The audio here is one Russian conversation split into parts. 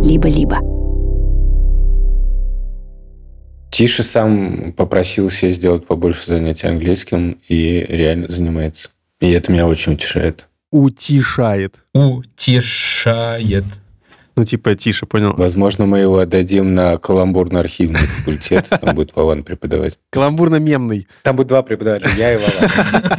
либо-либо. Тиша сам попросился сделать побольше занятий английским и реально занимается. И это меня очень утешает. Утешает. Утешает. Ну, типа, тише, понял. Возможно, мы его отдадим на каламбурно-архивный факультет. Там будет Вован преподавать. Каламбурно-мемный. Там будет два преподавателя, я и Вован.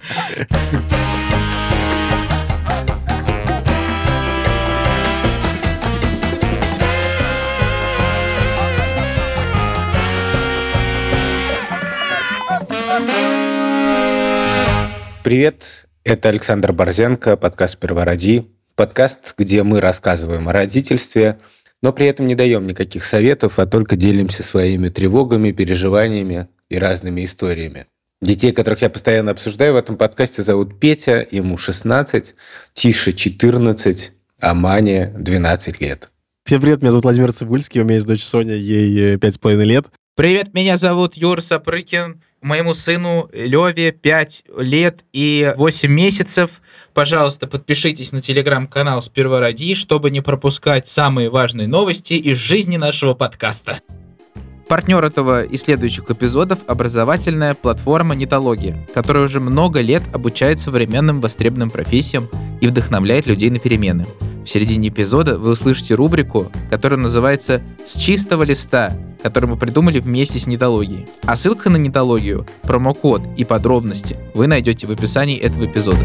Привет, это Александр Борзенко, подкаст «Первороди». Подкаст, где мы рассказываем о родительстве, но при этом не даем никаких советов, а только делимся своими тревогами, переживаниями и разными историями. Детей, которых я постоянно обсуждаю в этом подкасте, зовут Петя, ему 16, Тише 14, а Мане 12 лет. Всем привет, меня зовут Владимир Цибульский, у меня есть дочь Соня, ей 5,5 лет. Привет, меня зовут Юр Сапрыкин. Моему сыну Леве 5 лет и 8 месяцев. Пожалуйста, подпишитесь на телеграм-канал «Первороди», чтобы не пропускать самые важные новости из жизни нашего подкаста. Партнер этого и следующих эпизодов – образовательная платформа «Нетология», которая уже много лет обучает современным востребованным профессиям и вдохновляет людей на перемены. В середине эпизода вы услышите рубрику, которая называется «С чистого листа», которую мы придумали вместе с Нетологией. А ссылка на Нетологию, промокод и подробности вы найдете в описании этого эпизода.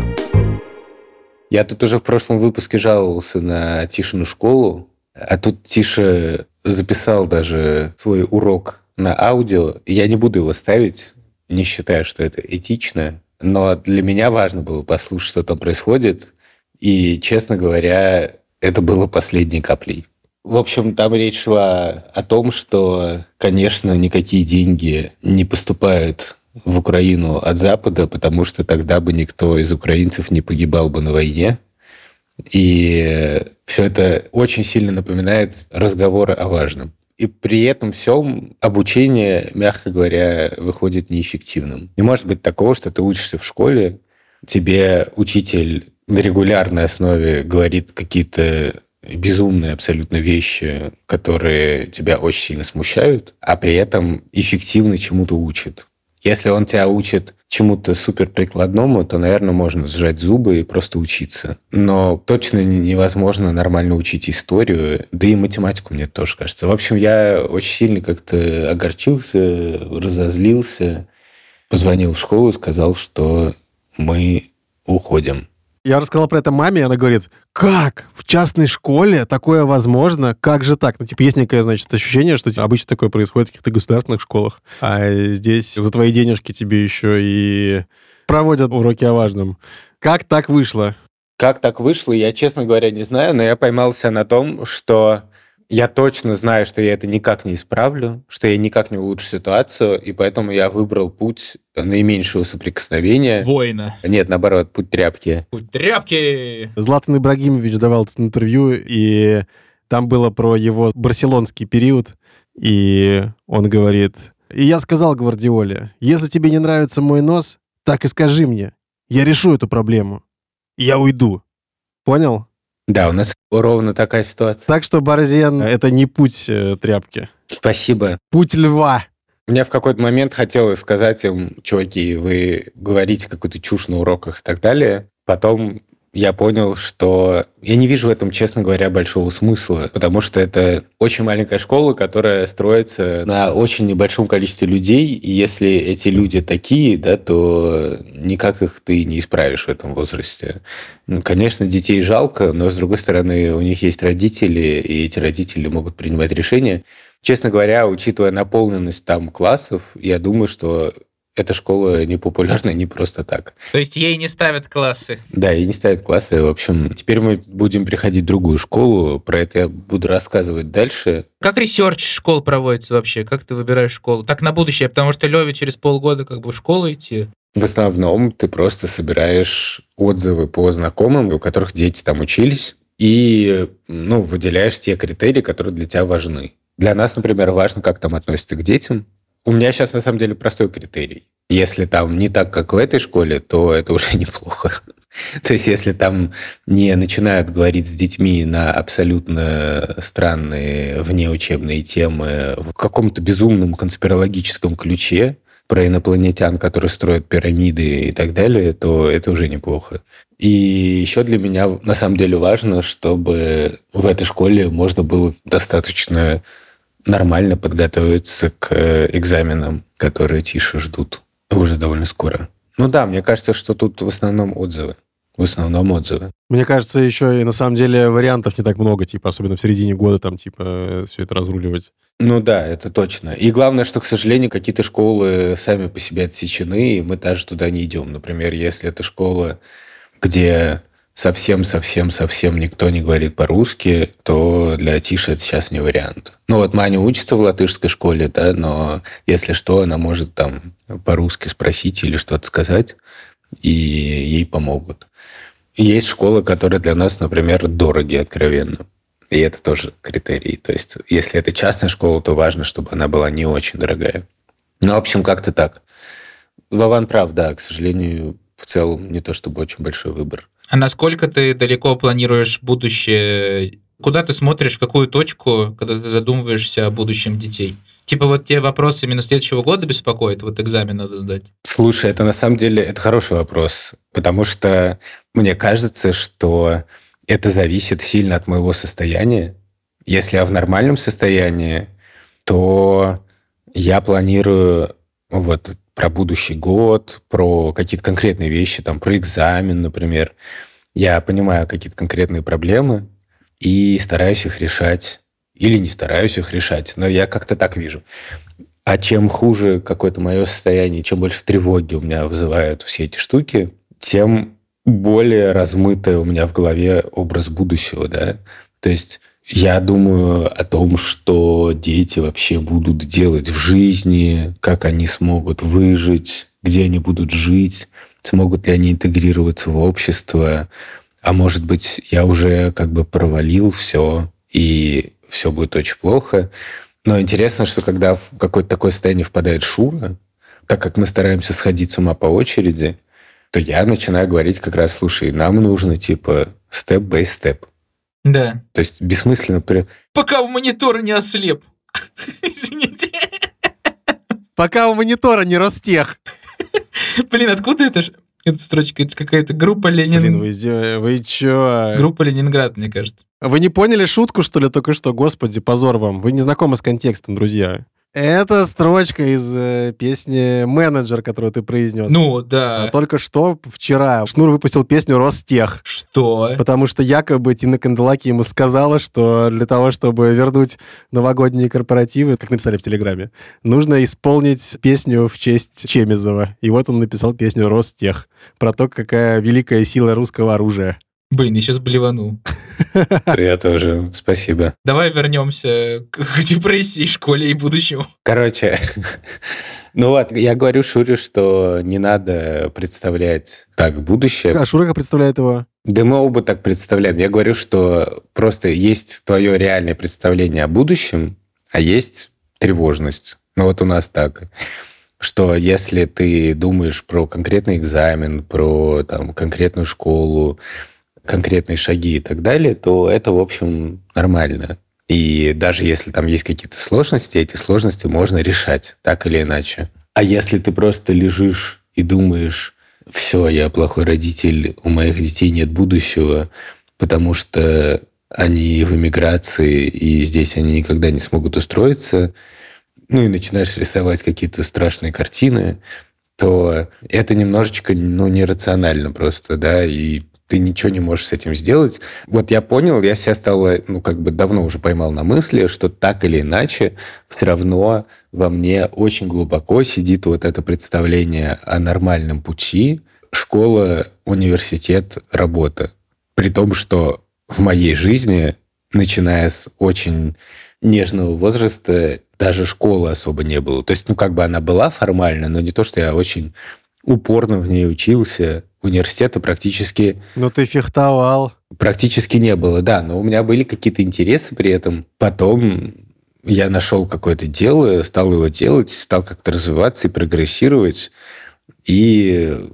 Я тут уже в прошлом выпуске жаловался на Тишину школу, а тут Тиша записал даже свой урок на аудио. Я не буду его ставить, не считаю, что это этично, но для меня важно было послушать, что там происходит, и, честно говоря, это было последней каплей. В общем, там речь шла о том, что, конечно, никакие деньги не поступают в Украину от Запада, потому что тогда бы никто из украинцев не погибал бы на войне. И все это очень сильно напоминает разговоры о важном. И при этом всем обучение, мягко говоря, выходит неэффективным. Не может быть такого, что ты учишься в школе, тебе учитель на регулярной основе говорит какие-то безумные абсолютно вещи, которые тебя очень сильно смущают, а при этом эффективно чему-то учит. Если он тебя учит чему-то суперприкладному, то, наверное, можно сжать зубы и просто учиться. Но точно невозможно нормально учить историю, да и математику, мне тоже кажется. В общем, я очень сильно как-то огорчился, разозлился, позвонил в школу и сказал, что мы уходим. Я рассказал про это маме, и она говорит: как? В частной школе такое возможно? Как же так? Ну, типа, есть некое, значит, ощущение, что обычно такое происходит в каких-то государственных школах, а здесь за твои денежки тебе еще и проводят уроки о важном. Как так вышло? Как так вышло, я, честно говоря, не знаю, но я поймался на том, что я точно знаю, что я это никак не исправлю, что я никак не улучшу ситуацию, и поэтому я выбрал путь наименьшего соприкосновения. Воина. Нет, наоборот, путь тряпки. Путь тряпки! Златан Ибрагимович давал тут интервью, и там было про его барселонский период, и он говорит: и я сказал Гвардиоле: если тебе не нравится мой нос, так и скажи мне, я решу эту проблему, я уйду. Понял? Да, у нас ровно такая ситуация. Так что Борзен — это не путь тряпки. Спасибо. Путь льва. Мне в какой-то момент хотелось сказать им: чуваки, вы говорите какую-то чушь на уроках и так далее. Потом я понял, что я не вижу в этом, честно говоря, большого смысла, потому что это очень маленькая школа, которая строится на очень небольшом количестве людей, и если эти люди такие, да, то никак их ты не исправишь в этом возрасте. Ну, конечно, детей жалко, но, с другой стороны, у них есть родители, и эти родители могут принимать решения. Честно говоря, учитывая наполненность там классов, я думаю, что эта школа не популярна не просто так. То есть ей не ставят классы? Да, ей не ставят классы. В общем, теперь мы будем приходить в другую школу. Про это я буду рассказывать дальше. Как ресерч школ проводится вообще? Как ты выбираешь школу? Так на будущее, потому что Леве через полгода как бы в школу идти. В основном ты просто собираешь отзывы по знакомым, у которых дети там учились, и выделяешь те критерии, которые для тебя важны. Для нас, например, важно, как там относятся к детям. У меня сейчас, на самом деле, простой критерий. Если там не так, как в этой школе, то это уже неплохо. То есть, если там не начинают говорить с детьми на абсолютно странные внеучебные темы в каком-то безумном конспирологическом ключе про инопланетян, которые строят пирамиды и так далее, то это уже неплохо. И еще для меня на самом деле важно, чтобы в этой школе можно было достаточно нормально подготовиться к экзаменам, которые тише ждут уже довольно скоро. Ну да, мне кажется, что тут в основном отзывы. В основном отзывы. Мне кажется, еще и на самом деле вариантов не так много, типа, особенно в середине года там, типа, все это разруливать. Ну да, это точно. И главное, что, к сожалению, какие-то школы сами по себе отсечены, и мы даже туда не идем. Например, если это школа, где совсем-совсем-совсем никто не говорит по-русски, то для Тиши это сейчас не вариант. Ну вот Маня учится в латышской школе, да, но если что, она может там по-русски спросить или что-то сказать, и ей помогут. Есть школы, которые для нас, например, дороги откровенно. И это тоже критерий. То есть, если это частная школа, то важно, чтобы она была не очень дорогая. Ну, в общем, как-то так. Вован прав, да, к сожалению, в целом не то чтобы очень большой выбор. А насколько ты далеко планируешь будущее? Куда ты смотришь, в какую точку, когда ты задумываешься о будущем детей? Типа вот те вопросы именно следующего года беспокоят, вот экзамен надо сдать. Слушай, это на самом деле это хороший вопрос, потому что мне кажется, что это зависит сильно от моего состояния. Если я в нормальном состоянии, то я планирую вот про будущий год, про какие-то конкретные вещи, там, про экзамен, например. Я понимаю какие-то конкретные проблемы и стараюсь их решать. Или не стараюсь их решать, но я как-то так вижу. А чем хуже какое-то мое состояние, чем больше тревоги у меня вызывают все эти штуки, тем более размытый у меня в голове образ будущего, да. То есть я думаю о том, что дети вообще будут делать в жизни, как они смогут выжить, где они будут жить, смогут ли они интегрироваться в общество. А может быть, я уже как бы провалил все, и все будет очень плохо. Но интересно, что когда в какое-то такое состояние впадает Шура, так как мы стараемся сходить с ума по очереди, то я начинаю говорить как раз, слушай, нам нужно типа степ-бай-степ. Да. То есть бессмысленно... Пока в монитор не ослеп. Извините. Пока у монитора не Ростех. Блин, откуда это же? Эта строчка, это какая-то группа Блин, Ленин... вы чё? Группа Ленинград, мне кажется. Вы не поняли шутку, что ли, только что? Господи, позор вам. Вы не знакомы с контекстом, друзья. Это строчка из песни «Менеджер», которую ты произнес. Ну, да. А только что вчера Шнур выпустил песню «Ростех». Что? Потому что якобы Тина Канделаки ему сказала, что для того, чтобы вернуть новогодние корпоративы, как написали в Телеграме, нужно исполнить песню в честь Чемизова. И вот он написал песню «Ростех» про то, какая великая сила русского оружия. Блин, я сейчас блевану. Я тоже. Спасибо. Давай вернемся к депрессии, школе и будущему. Короче, ну вот, я говорю Шуре, что не надо представлять так будущее. А Шура как представляет его? Да мы оба так представляем. Я говорю, что просто есть твое реальное представление о будущем, а есть тревожность. Ну вот у нас так. Что если ты думаешь про конкретный экзамен, про там, конкретную школу, конкретные шаги и так далее, то это, в общем, нормально. И даже если там есть какие-то сложности, эти сложности можно решать так или иначе. А если ты просто лежишь и думаешь, все, я плохой родитель, у моих детей нет будущего, потому что они в эмиграции, и здесь они никогда не смогут устроиться, ну и начинаешь рисовать какие-то страшные картины, то это немножечко, ну, нерационально просто, да, и ты ничего не можешь с этим сделать. Вот я понял, я себя стал, ну, как бы давно уже поймал на мысли, что так или иначе все равно во мне очень глубоко сидит вот это представление о нормальном пути. Школа, университет, работа. При том, что в моей жизни, начиная с очень нежного возраста, даже школы особо не было. То есть, ну, как бы она была формально, но не то, что я очень упорно в ней учился. Университета практически... Ну, ты фехтовал. Практически не было, да. Но у меня были какие-то интересы при этом. Потом я нашел какое-то дело, стал его делать, стал как-то развиваться и прогрессировать. И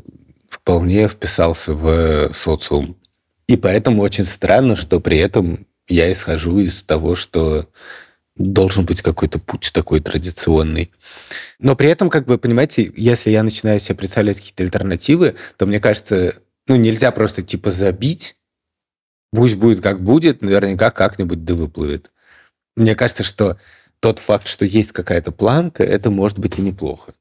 вполне вписался в социум. И поэтому очень странно, что при этом я исхожу из того, что должен быть какой-то путь такой традиционный. Но при этом, понимаете, если я начинаю себе представлять какие-то альтернативы, то мне кажется, нельзя просто забить, пусть будет как будет, наверняка как-нибудь да выплывет. Мне кажется, что тот факт, что есть какая-то планка, это может быть и неплохо.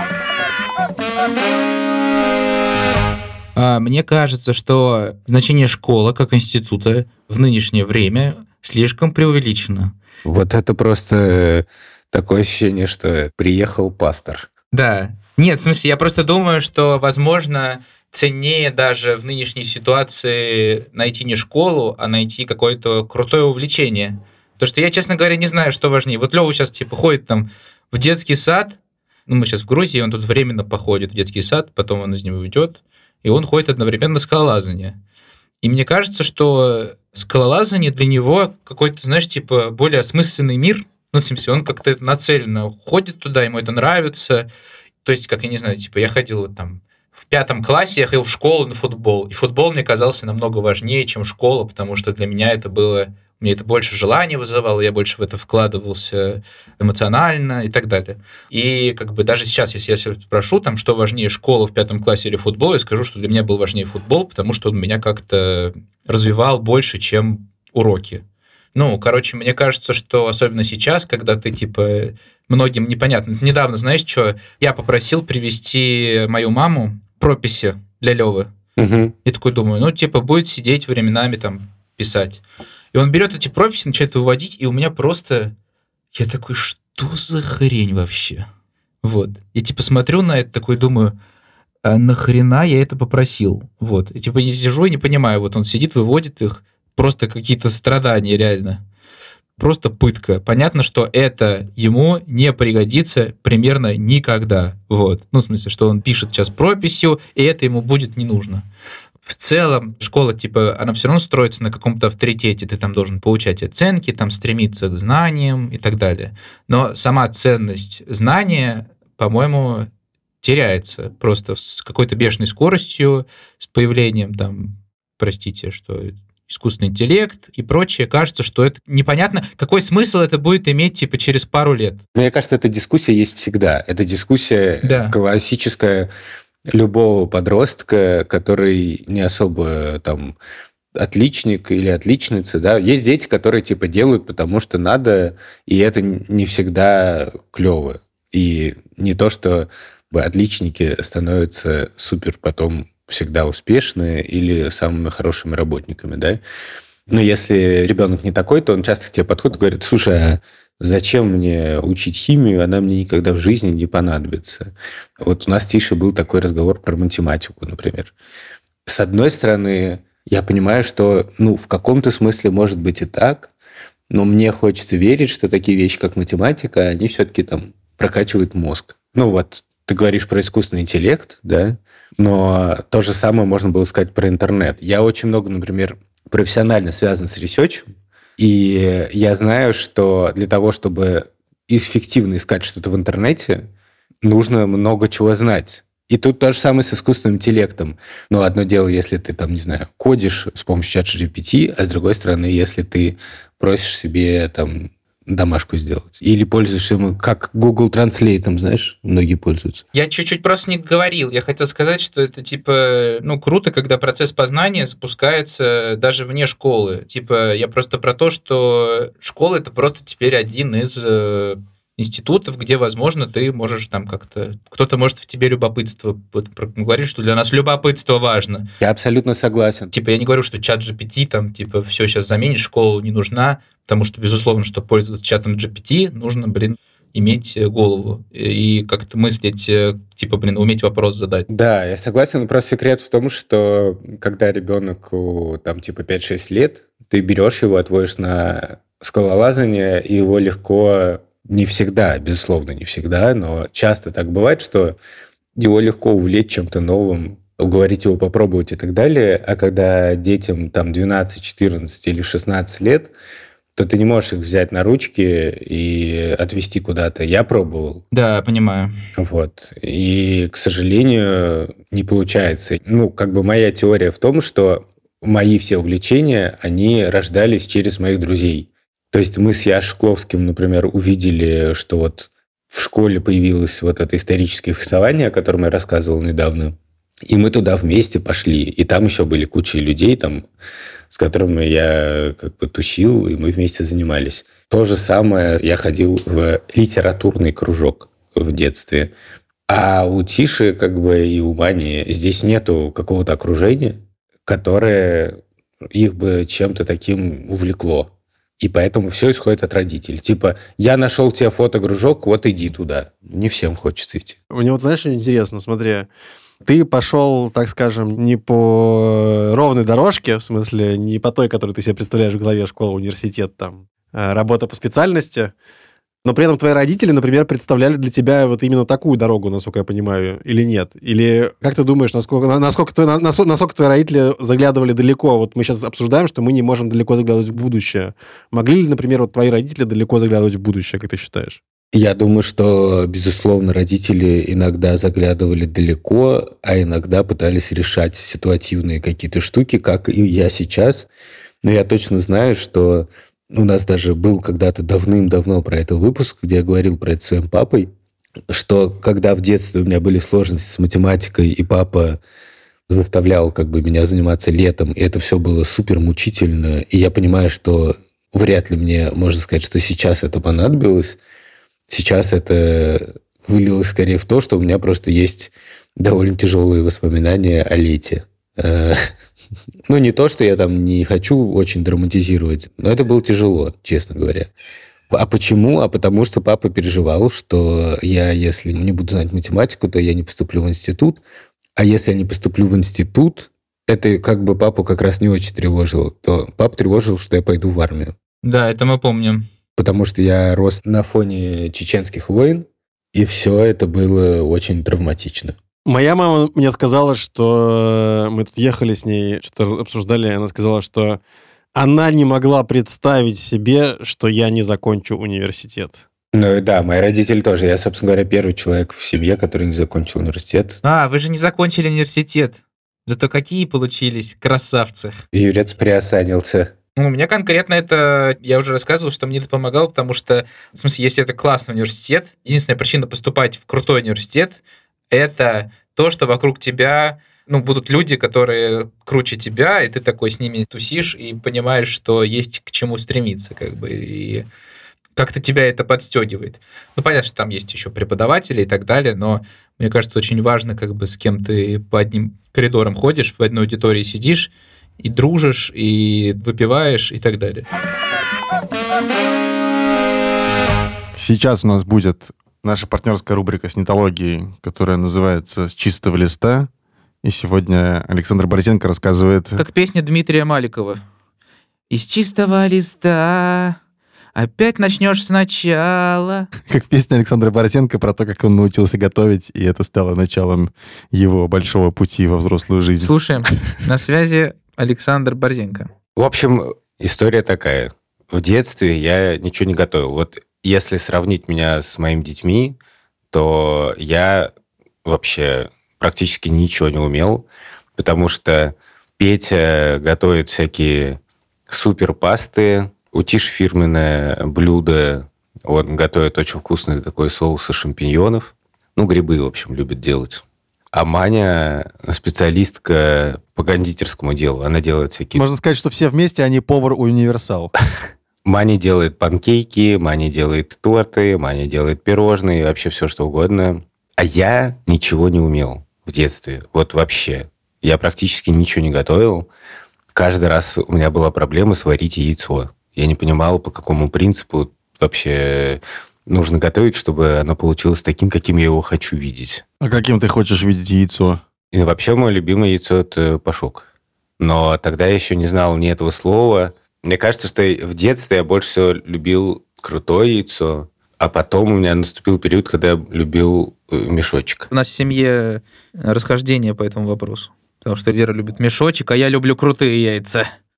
Мне кажется, что значение школы как института в нынешнее время слишком преувеличено. Вот это просто такое ощущение, что приехал пастор. Да. Нет, в смысле, я просто думаю, что, возможно, ценнее даже в нынешней ситуации найти не школу, а найти какое-то крутое увлечение. Потому что я, честно говоря, не знаю, что важнее. Вот Лёва сейчас ходит там в детский сад, мы сейчас в Грузии, он тут временно походит в детский сад, потом он из него уйдет, и он ходит одновременно на скалолазание. И мне кажется, что скалолазание для него какой-то, знаешь, более осмысленный мир. В смысле, он как-то нацеленно ходит туда, ему это нравится. То есть, как я не знаю, я ходил в 5 классе, я ходил в школу на футбол. И футбол мне казался намного важнее, чем школа, потому что для меня это было... Мне это больше желания вызывало, я больше в это вкладывался эмоционально и так далее. И даже сейчас, если я себя спрошу, что важнее, школа в 5 классе или футбол, я скажу, что для меня был важнее футбол, потому что он меня как-то развивал больше, чем уроки. Мне кажется, что особенно сейчас, когда ты, многим непонятно. Недавно, знаешь, что? Я попросил привезти мою маму прописи для Лёвы. Угу. И такой думаю, будет сидеть временами писать. И он берет эти прописи, начинает выводить, и у меня просто... Я такой, что за хрень вообще? Вот. И смотрю на это, такой думаю, а нахрена я это попросил? Вот. И я сижу и не понимаю, он сидит, выводит их, просто какие-то страдания реально. Просто пытка. Понятно, что это ему не пригодится примерно никогда. Вот. В смысле, что он пишет сейчас прописью, и это ему будет не нужно. В целом, школа, она все равно строится на каком-то авторитете. Ты должен получать оценки, стремиться к знаниям и так далее. Но сама ценность знания, по-моему, теряется просто с какой-то бешеной скоростью, с появлением искусственный интеллект и прочее. Кажется, что это непонятно, какой смысл это будет иметь через пару лет. Мне кажется, эта дискуссия есть всегда. Это дискуссия классическая любого подростка, который не особо отличник или отличница, да. Есть дети, которые делают, потому что надо, и это не всегда клево. И не то, что отличники становятся супер потом всегда успешные или самыми хорошими работниками, да. Но если ребенок не такой, то он часто к тебе подходит и говорит: слушай, а зачем мне учить химию, она мне никогда в жизни не понадобится. Вот у нас с Тишей был такой разговор про математику, например. С одной стороны, я понимаю, что в каком-то смысле может быть и так, но мне хочется верить, что такие вещи, как математика, они все-таки прокачивают мозг. Ты говоришь про искусственный интеллект, да, но то же самое можно было сказать про интернет. Я очень много, например, профессионально связан с ресерчем, и я знаю, что для того, чтобы эффективно искать что-то в интернете, нужно много чего знать. И тут то же самое с искусственным интеллектом. Одно дело, если ты кодишь с помощью ChatGPT, а с другой стороны, если ты просишь себе домашку сделать. Или пользуешься им как Google Translate, знаешь, многие пользуются. Я чуть-чуть просто не говорил. Я хотел сказать, что это круто, когда процесс познания запускается даже вне школы. Я просто про то, что школа — это просто теперь один из институтов, где, возможно, ты можешь как-то... Кто-то может в тебе любопытство... говорит, что для нас любопытство важно. Я абсолютно согласен. Я не говорю, что чат GPT, все сейчас заменит, школа не нужна, потому что, безусловно, чтобы пользоваться чатом GPT, нужно, иметь голову и как-то мыслить, уметь вопрос задать. Да, я согласен, но просто секрет в том, что когда ребенку 5-6 лет, ты берешь его, отводишь на скалолазание, и его легко... Не всегда, безусловно, не всегда, но часто так бывает, что его легко увлечь чем-то новым, уговорить его попробовать и так далее. А когда детям 12, 14 или 16 лет, то ты не можешь их взять на ручки и отвезти куда-то. Я пробовал. Да, понимаю. Вот. И, к сожалению, не получается. Моя теория в том, что мои все увлечения, они рождались через моих друзей. То есть мы с Яшей Шкловским, например, увидели, что вот в школе появилось вот это историческое фехтование, о котором я рассказывал недавно. И мы туда вместе пошли. И там еще были куча людей, с которыми я тусил, и мы вместе занимались. То же самое я ходил в литературный кружок в детстве. А у Тиши и у Мани здесь нету какого-то окружения, которое их бы чем-то таким увлекло. И поэтому все исходит от родителей. Типа, я нашел тебе фотокружок, вот иди туда. Не всем хочется идти. Мне знаешь, что интересно, смотри, ты пошел, так скажем, не по ровной дорожке, в смысле, не по той, которую ты себе представляешь в голове, школа, университет, работа по специальности, но при этом твои родители, например, представляли для тебя вот именно такую дорогу, насколько я понимаю, или нет? Или как ты думаешь, насколько твои родители заглядывали далеко? Вот мы сейчас обсуждаем, что мы не можем далеко заглядывать в будущее. Могли ли, например, твои родители далеко заглядывать в будущее, как ты считаешь? Я думаю, что, безусловно, родители иногда заглядывали далеко, а иногда пытались решать ситуативные какие-то штуки, как и я сейчас. Но я точно знаю, что у нас даже был когда-то давным-давно про это выпуск, где я говорил про это своим папой, что когда в детстве у меня были сложности с математикой, и папа заставлял меня заниматься летом, и это все было супер мучительно, и я понимаю, что вряд ли мне можно сказать, что сейчас это понадобилось. Сейчас это вылилось скорее в то, что у меня просто есть довольно тяжелые воспоминания о лете. Не то, что я не хочу очень драматизировать, но это было тяжело, честно говоря. А почему? А потому что папа переживал, что я, если не буду знать математику, то я не поступлю в институт. А если я не поступлю в институт, это папу как раз не очень тревожило. То папа тревожил, что я пойду в армию. Да, это мы помним. Потому что я рос на фоне чеченских войн, и все это было очень травматично. Моя мама мне сказала, что мы тут ехали с ней, что-то обсуждали, и она сказала, что она не могла представить себе, что я не закончу университет. Да, мои родители тоже. Я, собственно говоря, первый человек в семье, который не закончил университет. Вы же не закончили университет. Зато какие получились красавцы. Юрец приосанился. У меня конкретно это, я уже рассказывал, что мне это помогало, потому что, в смысле, если это классный университет, единственная причина поступать в крутой университет – это то, что вокруг тебя будут люди, которые круче тебя, и ты такой с ними тусишь и понимаешь, что есть к чему стремиться, и как-то тебя это подстегивает. Понятно, что там есть еще преподаватели и так далее, но мне кажется, очень важно, с кем ты по одним коридорам ходишь, в одной аудитории сидишь, и дружишь, и выпиваешь, и так далее. Сейчас у нас будет наша партнерская рубрика с нетологией, которая называется «С чистого листа». И сегодня Александр Борзенко рассказывает... Как песня Дмитрия Маликова. «Из чистого листа опять начнешь сначала». Как песня Александра Борзенко про то, как он научился готовить, и это стало началом его большого пути во взрослую жизнь. Слушаем. На связи Александр Борзенко. В общем, история такая. В детстве я ничего не готовил. Вот если сравнить меня с моими детьми, то я вообще практически ничего не умел, потому что Петя готовит всякие суперпасты, у Тиши фирменное блюдо, он готовит очень вкусный такой соус из шампиньонов. Грибы, в общем, любит делать. А Маня специалистка по кондитерскому делу. Она делает всякие... Можно сказать, что все вместе они повар-универсал. Маня делает панкейки, Маня делает торты, Маня делает пирожные, вообще все что угодно. А я ничего не умел в детстве. Вот вообще. Я практически ничего не готовил. Каждый раз у меня была проблема сварить яйцо. Я не понимал, по какому принципу вообще нужно готовить, чтобы оно получилось таким, каким я его хочу видеть. А каким ты хочешь видеть яйцо? И вообще мое любимое яйцо – это пашок. Но тогда я еще не знал ни этого слова. Мне кажется, что в детстве я больше всего любил крутое яйцо, а потом у меня наступил период, когда я любил мешочек. У нас в семье расхождение по этому вопросу. Потому что Вера любит мешочек, а я люблю крутые яйца.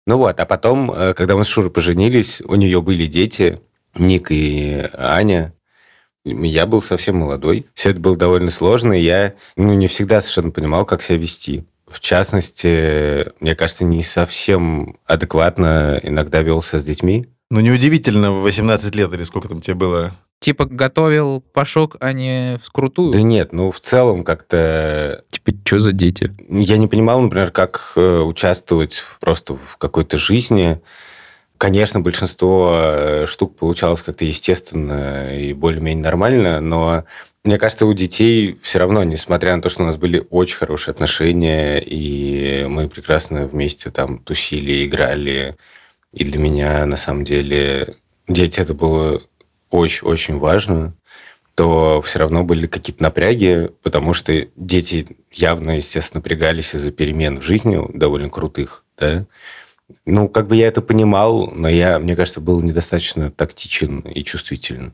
Ну вот, а потом, когда мы с Шурой поженились, у нее были дети, Ник и Аня. Я был совсем молодой. Все это было довольно сложно, и я не всегда совершенно понимал, как себя вести. В частности, мне кажется, не совсем адекватно иногда велся с детьми. Ну, неудивительно, в 18 лет или сколько там тебе было. Типа готовил пашок, а не вскрутую? Да нет, в целом как-то... Типа, что за дети? Я не понимал, например, как участвовать просто в какой-то жизни. Конечно, большинство штук получалось как-то естественно и более-менее нормально, но мне кажется, у детей все равно, несмотря на то, что у нас были очень хорошие отношения, и мы прекрасно вместе там тусили, играли, и для меня, на самом деле, дети это было очень-очень важно, то все равно были какие-то напряги, потому что дети явно, естественно, напрягались из-за перемен в жизни довольно крутых, да. Как бы я это понимал, но я, мне кажется, был недостаточно тактичен и чувствителен.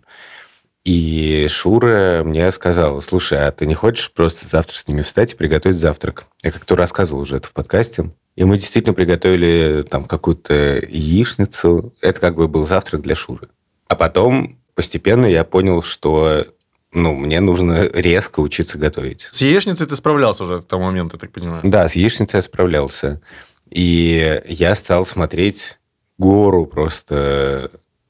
И Шура мне сказала: слушай, а ты не хочешь просто завтра с ними встать и приготовить завтрак? Я как-то рассказывал уже это в подкасте. И мы действительно приготовили там какую-то яичницу. Это как бы был завтрак для Шуры. А потом постепенно я понял, что мне нужно резко учиться готовить. С яичницей ты справлялся уже к тому моменту, я так понимаю? Да, с яичницей я справлялся. И я стал смотреть гору просто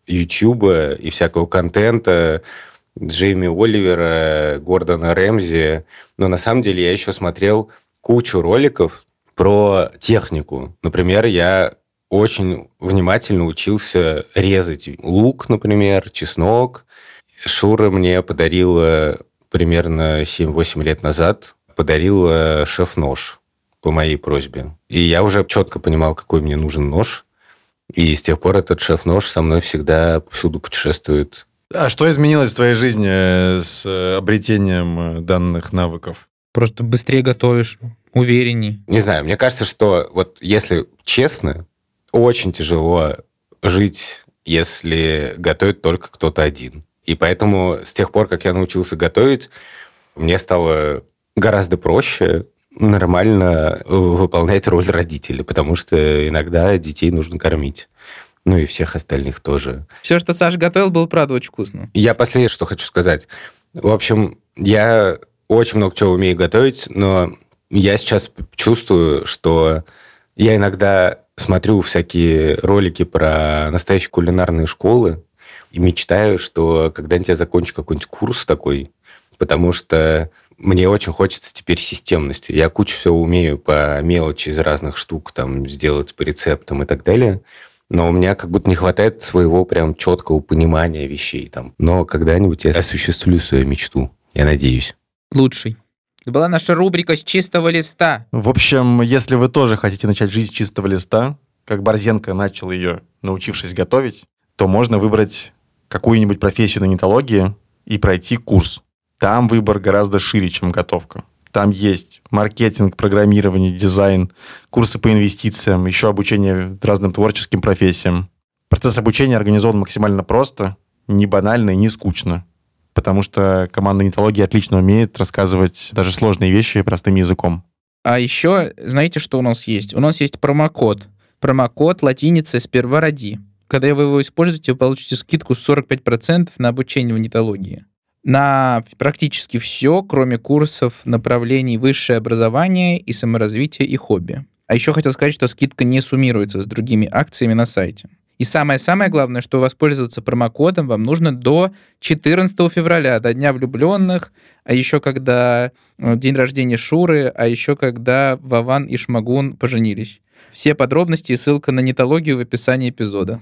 Ютуба и всякого контента, Джейми Оливера, Гордона Рэмзи. Но на самом деле я еще смотрел кучу роликов про технику. Например, я очень внимательно учился резать лук, например, чеснок. Шура мне подарила примерно 7-8 лет назад, подарила шеф-нож по моей просьбе. И я уже четко понимал, какой мне нужен нож. И с тех пор этот шеф-нож со мной всегда повсюду путешествует. А что изменилось в твоей жизни с обретением данных навыков? Просто быстрее готовишь, уверенней. Не знаю, мне кажется, что вот если честно, очень тяжело жить, если готовит только кто-то один. И поэтому с тех пор, как я научился готовить, мне стало гораздо проще нормально выполнять роль родителя, потому что иногда детей нужно кормить. И всех остальных тоже. Все, что Саша готовил, было, правда, очень вкусно. Я последнее, что хочу сказать. В общем, я очень много чего умею готовить, но я сейчас чувствую, что я иногда смотрю всякие ролики про настоящие кулинарные школы и мечтаю, что когда-нибудь я закончу какой-нибудь курс такой, потому что мне очень хочется теперь системности. Я кучу всего умею по мелочи из разных штук там сделать по рецептам и так далее, но у меня как будто не хватает своего прям четкого понимания вещей там. Но когда-нибудь я осуществлю свою мечту, я надеюсь. Лучший. Это была наша рубрика «С чистого листа». В общем, если вы тоже хотите начать жизнь с чистого листа, как Борзенко начал ее, научившись готовить, то можно выбрать какую-нибудь профессию на нетологии и пройти курс. Там выбор гораздо шире, чем готовка. Там есть маркетинг, программирование, дизайн, курсы по инвестициям, еще обучение разным творческим профессиям. Процесс обучения организован максимально просто, не банально и не скучно, потому что команда нетологии отлично умеет рассказывать даже сложные вещи простым языком. А еще, знаете, что у нас есть? У нас есть промокод. Промокод латиница «Сперва роди». Когда вы его используете, вы получите скидку 45% на обучение в нетологии. На практически все, кроме курсов направлений высшее образование и саморазвитие и хобби. А еще хотел сказать, что скидка не суммируется с другими акциями на сайте. И самое-самое главное, что воспользоваться промокодом вам нужно до 14 февраля, до Дня влюбленных, а еще когда день рождения Шуры, а еще когда Вован и Шмагун поженились. Все подробности и ссылка на нетологию в описании эпизода.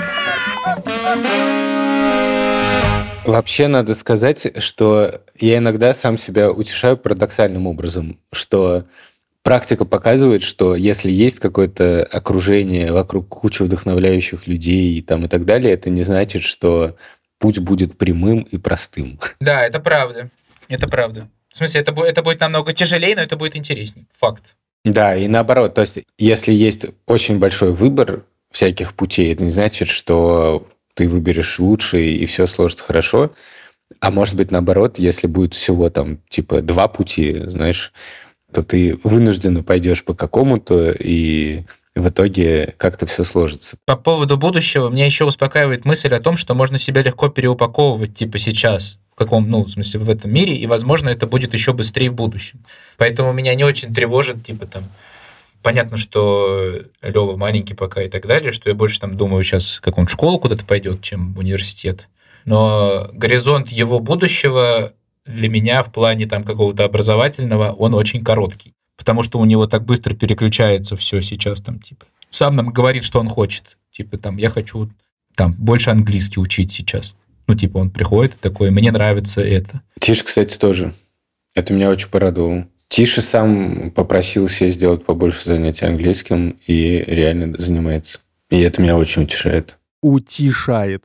Вообще, надо сказать, что я иногда сам себя утешаю парадоксальным образом, что практика показывает, что если есть какое-то окружение вокруг кучи вдохновляющих людей и так далее, это не значит, что путь будет прямым и простым. Да, это правда. Это правда. В смысле, это будет намного тяжелее, но это будет интереснее. Факт. Да, и наоборот. То есть, если есть очень большой выбор всяких путей, это не значит, что ты выберешь лучший и все сложится хорошо. А может быть, наоборот, если будет всего типа 2 пути, знаешь, то ты вынужденно пойдешь по какому-то, и в итоге как-то все сложится. По поводу будущего, меня еще успокаивает мысль о том, что можно себя легко переупаковывать, типа сейчас, в смысле, в этом мире, и, возможно, это будет еще быстрее в будущем. Поэтому меня не очень тревожит, типа, там, понятно, что Лёва маленький пока и так далее, что я больше там думаю сейчас, как он в школу куда-то пойдет, чем в университет. Но горизонт его будущего для меня в плане там какого-то образовательного, он очень короткий. Потому что у него так быстро переключается все сейчас там, типа. Сам нам говорит, что он хочет. Типа, там, я хочу там больше английский учить сейчас. Типа, он приходит и такой, мне нравится это. Тиша, кстати, тоже. Это меня очень порадовало. Тиша сам попросил себя сделать побольше занятий английским и реально занимается. И это меня очень утешает. Утешает.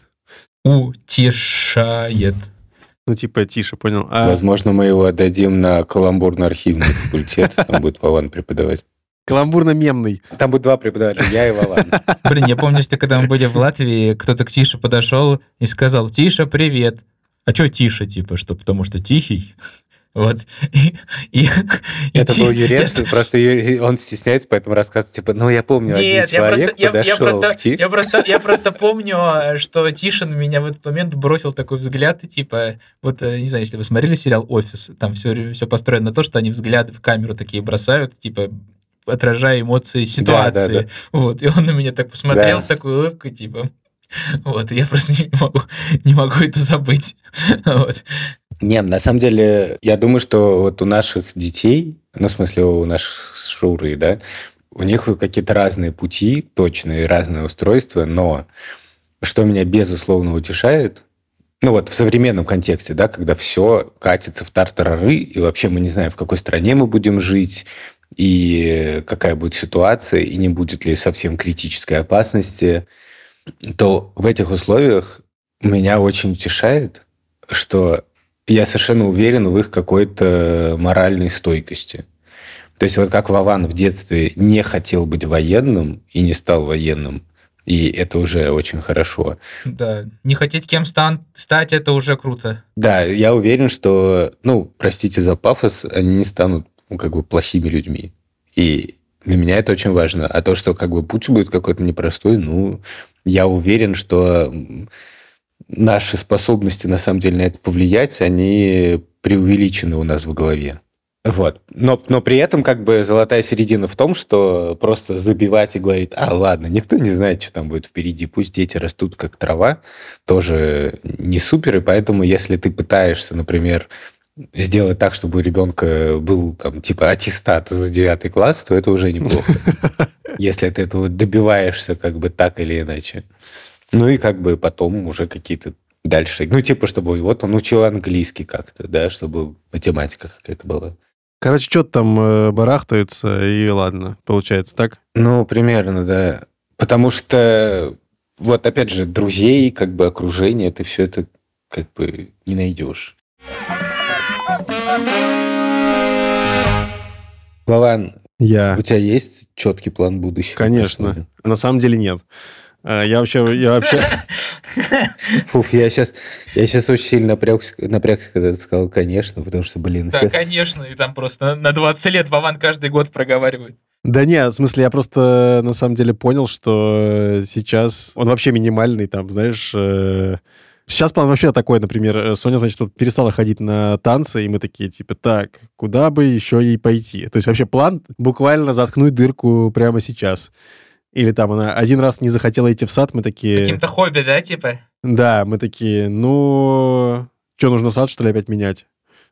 Утешает. Типа, тише, понял. Возможно, мы его отдадим на каламбурно-архивный факультет. Там будет Вован преподавать. Каламбурно-мемный. Там будет два преподавателя, я и Вован. Блин, я помню, что когда мы были в Латвии, кто-то к Тише подошел и сказал: Тиша, привет. А что Тиша, типа, что? Потому что тихий? Вот. Это был Юрец, просто он стесняется, поэтому рассказывает, типа, я помню, один человек подошел. Я просто помню, что Тиша на меня в этот момент бросил такой взгляд, и типа, не знаю, если вы смотрели сериал «Офис», там все построено на то, что они взгляды в камеру такие бросают, типа, отражая эмоции ситуации. Да. Вот, и он на меня так посмотрел с такой улыбкой, типа, я просто не могу это забыть. Вот. Не, на самом деле, я думаю, что вот у наших детей, в смысле, у наших Шуры, да, у них какие-то разные пути, точные, разные устройства, но что меня безусловно утешает, в современном контексте, да, когда все катится в тартарары, и вообще мы не знаем, в какой стране мы будем жить, и какая будет ситуация, и не будет ли совсем критической опасности, то в этих условиях меня очень утешает, что я совершенно уверен в их какой-то моральной стойкости. То есть вот как Вован в детстве не хотел быть военным и не стал военным, и это уже очень хорошо. Да, не хотеть кем стать, это уже круто. Да, я уверен, что, простите за пафос, они не станут плохими людьми. И для меня это очень важно. А то, что путь будет какой-то непростой, я уверен, что наши способности, на самом деле, на это повлиять, они преувеличены у нас в голове. Вот. Но при этом золотая середина в том, что просто забивать и говорить: ладно, никто не знает, что там будет впереди, пусть дети растут как трава, тоже не супер, и поэтому, если ты пытаешься, например, сделать так, чтобы у ребенка был аттестат за 9 класс, то это уже неплохо. Если ты этого добиваешься так или иначе. И потом уже какие-то дальше. Чтобы он учил английский как-то, да, чтобы математика какая-то была. Короче, что-то там барахтаются, и ладно, получается так? Примерно, да. Потому что, опять же, друзей, окружение, ты все это не найдешь. Вован, у тебя есть четкий план будущего? Конечно. На самом деле нет. Я вообще... Фуф, я сейчас очень сильно напрягся, когда ты сказал «конечно», потому что, Да, сейчас... конечно, и там просто на 20 лет Вован каждый год проговаривает. Да нет, в смысле, я просто на самом деле понял, что сейчас он вообще минимальный, там, знаешь... Сейчас план вообще такой, например, Соня, значит, перестала ходить на танцы, и мы такие, так, куда бы еще ей пойти? То есть вообще план буквально заткнуть дырку прямо сейчас. Или там она один раз не захотела идти в сад, мы такие... Каким-то хобби, да, типа? Да, мы такие, что, нужно сад, что ли, опять менять?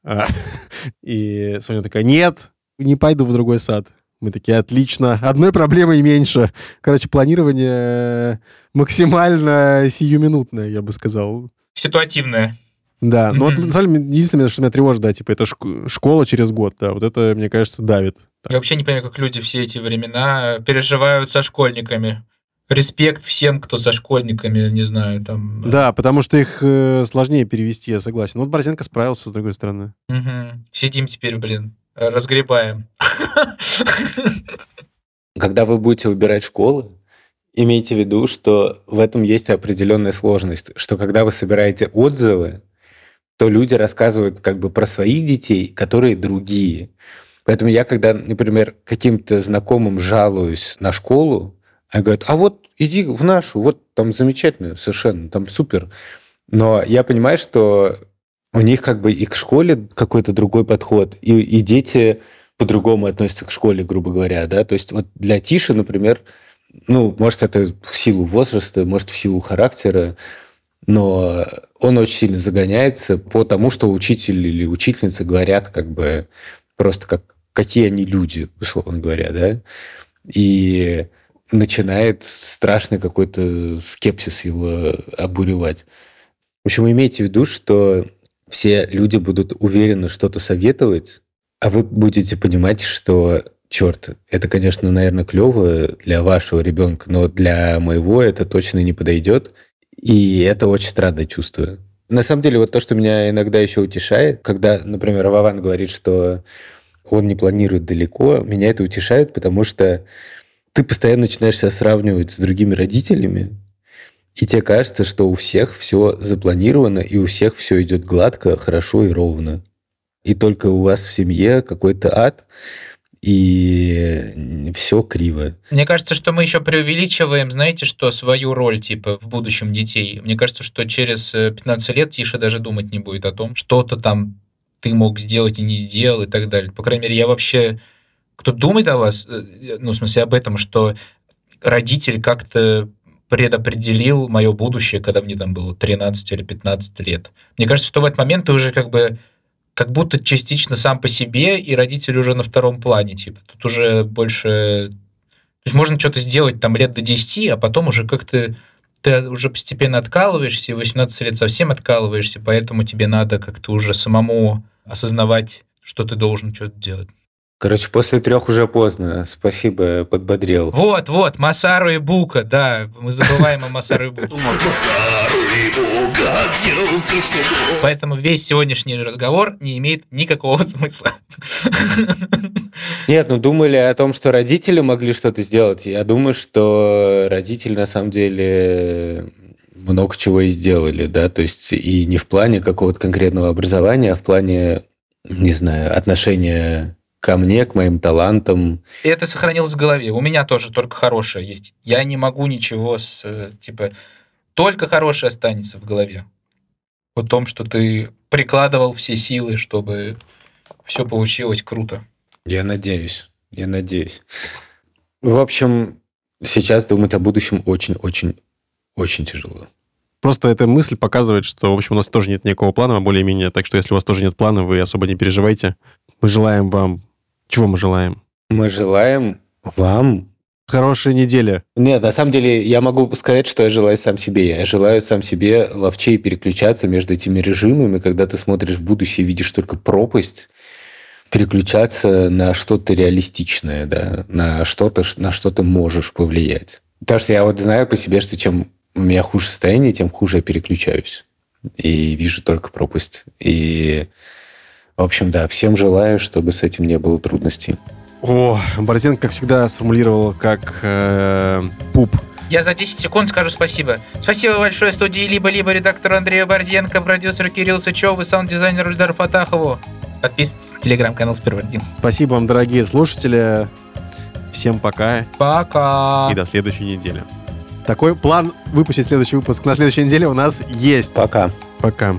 И Соня такая: нет, не пойду в другой сад. Мы такие: отлично, одной проблемой меньше. Короче, планирование максимально сиюминутное, я бы сказал. Ситуативное. Да, но на самом деле, единственное, что меня тревожит, да, это школа через год, да, вот это, мне кажется, давит. Я вообще не понимаю, как люди все эти времена переживают со школьниками. Респект всем, кто со школьниками, не знаю, там... Да, потому что их сложнее перевести, я согласен. Борзенко справился, с другой стороны. Сидим теперь, разгребаем. Когда вы будете выбирать школы, имейте в виду, что в этом есть определенная сложность, что когда вы собираете отзывы, то люди рассказывают про своих детей, которые другие. Поэтому я, когда, например, каким-то знакомым жалуюсь на школу, они говорят, а вот иди в нашу, вот там замечательно совершенно, там супер. Но я понимаю, что у них как бы и к школе какой-то другой подход, и дети по-другому относятся к школе, грубо говоря, да. То есть вот для Тиши, например, ну, может, это в силу возраста, может, в силу характера, но он очень сильно загоняется по тому, что учитель или учительница говорят как бы просто какие они люди, условно говоря, да. И начинает страшный какой-то скепсис его обуревать. В общем, имейте в виду, что все люди будут уверенно что-то советовать, а вы будете понимать, что, черт, это, конечно, наверное, клево для вашего ребенка, но для моего это точно не подойдет. И это очень странное чувство. На самом деле, вот то, что меня иногда еще утешает, когда, например, Вован говорит, что он не планирует далеко, меня это утешает, потому что ты постоянно начинаешь себя сравнивать с другими родителями, и тебе кажется, что у всех все запланировано, и у всех все идет гладко, хорошо и ровно. И только у вас в семье какой-то ад, и все криво. Мне кажется, что мы еще преувеличиваем, знаете, что свою роль, типа, в будущем детей. Мне кажется, что через 15 лет Тиша даже думать не будет о том, что-то там ты мог сделать и не сделал и так далее. По крайней мере, я вообще... Кто думает о вас, ну, в смысле, об этом, что родитель как-то предопределил мое будущее, когда мне там было 13 или 15 лет. Мне кажется, что в этот момент ты уже как будто частично сам по себе, и родитель уже на втором плане. Типа. Тут уже больше... То есть можно что-то сделать там лет до 10, а потом уже как-то ты уже постепенно откалываешься, и в 18 лет совсем откалываешься, поэтому тебе надо как-то уже самому осознавать, что ты должен что-то делать. Короче, после 3 уже поздно. Спасибо, подбодрил. Вот, Масару и Бука, да, мы забываем о Масару и Буке. Поэтому весь сегодняшний разговор не имеет никакого смысла. Нет, думали о том, что родители могли что-то сделать. Я думаю, что родители на самом деле много чего и сделали, да, то есть и не в плане какого-то конкретного образования, а в плане, не знаю, отношения ко мне, к моим талантам. И это сохранилось в голове. У меня тоже только хорошее есть. Я не могу ничего только хорошее останется в голове. О том, что ты прикладывал все силы, чтобы все получилось круто. Я надеюсь. В общем, сейчас думать о будущем очень-очень-очень тяжело. Просто эта мысль показывает, что, в общем, у нас тоже нет никакого плана, более-менее. Так что, если у вас тоже нет плана, вы особо не переживайте. Мы желаем вам... Чего мы желаем? Мы желаем вам... Хорошей недели. Нет, на самом деле, я могу сказать, что я желаю сам себе. Я желаю сам себе ловчей переключаться между этими режимами, когда ты смотришь в будущее и видишь только пропасть, переключаться на что-то реалистичное, да, на что ты можешь повлиять. Потому что я вот знаю по себе, что чем у меня хуже состояние, тем хуже я переключаюсь. И вижу только пропасть. И, в общем, да, всем желаю, чтобы с этим не было трудностей. О, Борзенко, как всегда, сформулировал как пуп. Я за 10 секунд скажу спасибо. Спасибо большое студии «Либо-либо», редактору Андрею Борзенко, продюсеру Кириллу Сычеву и саунд-дизайнеру Ильдару Фатахову. Подписывайтесь на телеграм-канал «Сперва-1». Спасибо вам, дорогие слушатели. Всем пока. Пока. И до следующей недели. Такой план выпустить следующий выпуск на следующей неделе у нас есть. Пока. Пока.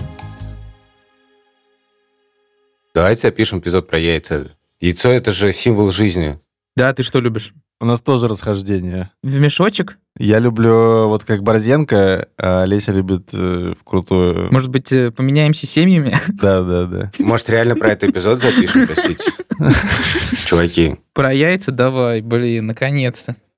Давайте опишем эпизод про яйца. Яйцо – это же символ жизни. Да, ты что любишь? У нас тоже расхождение. В мешочек? Я люблю вот как Борзенко, а Леся любит вкрутую. Может быть, поменяемся семьями? Да. Может, реально про этот эпизод запишем, простите? Чуваки. Про яйца давай, блин, наконец-то.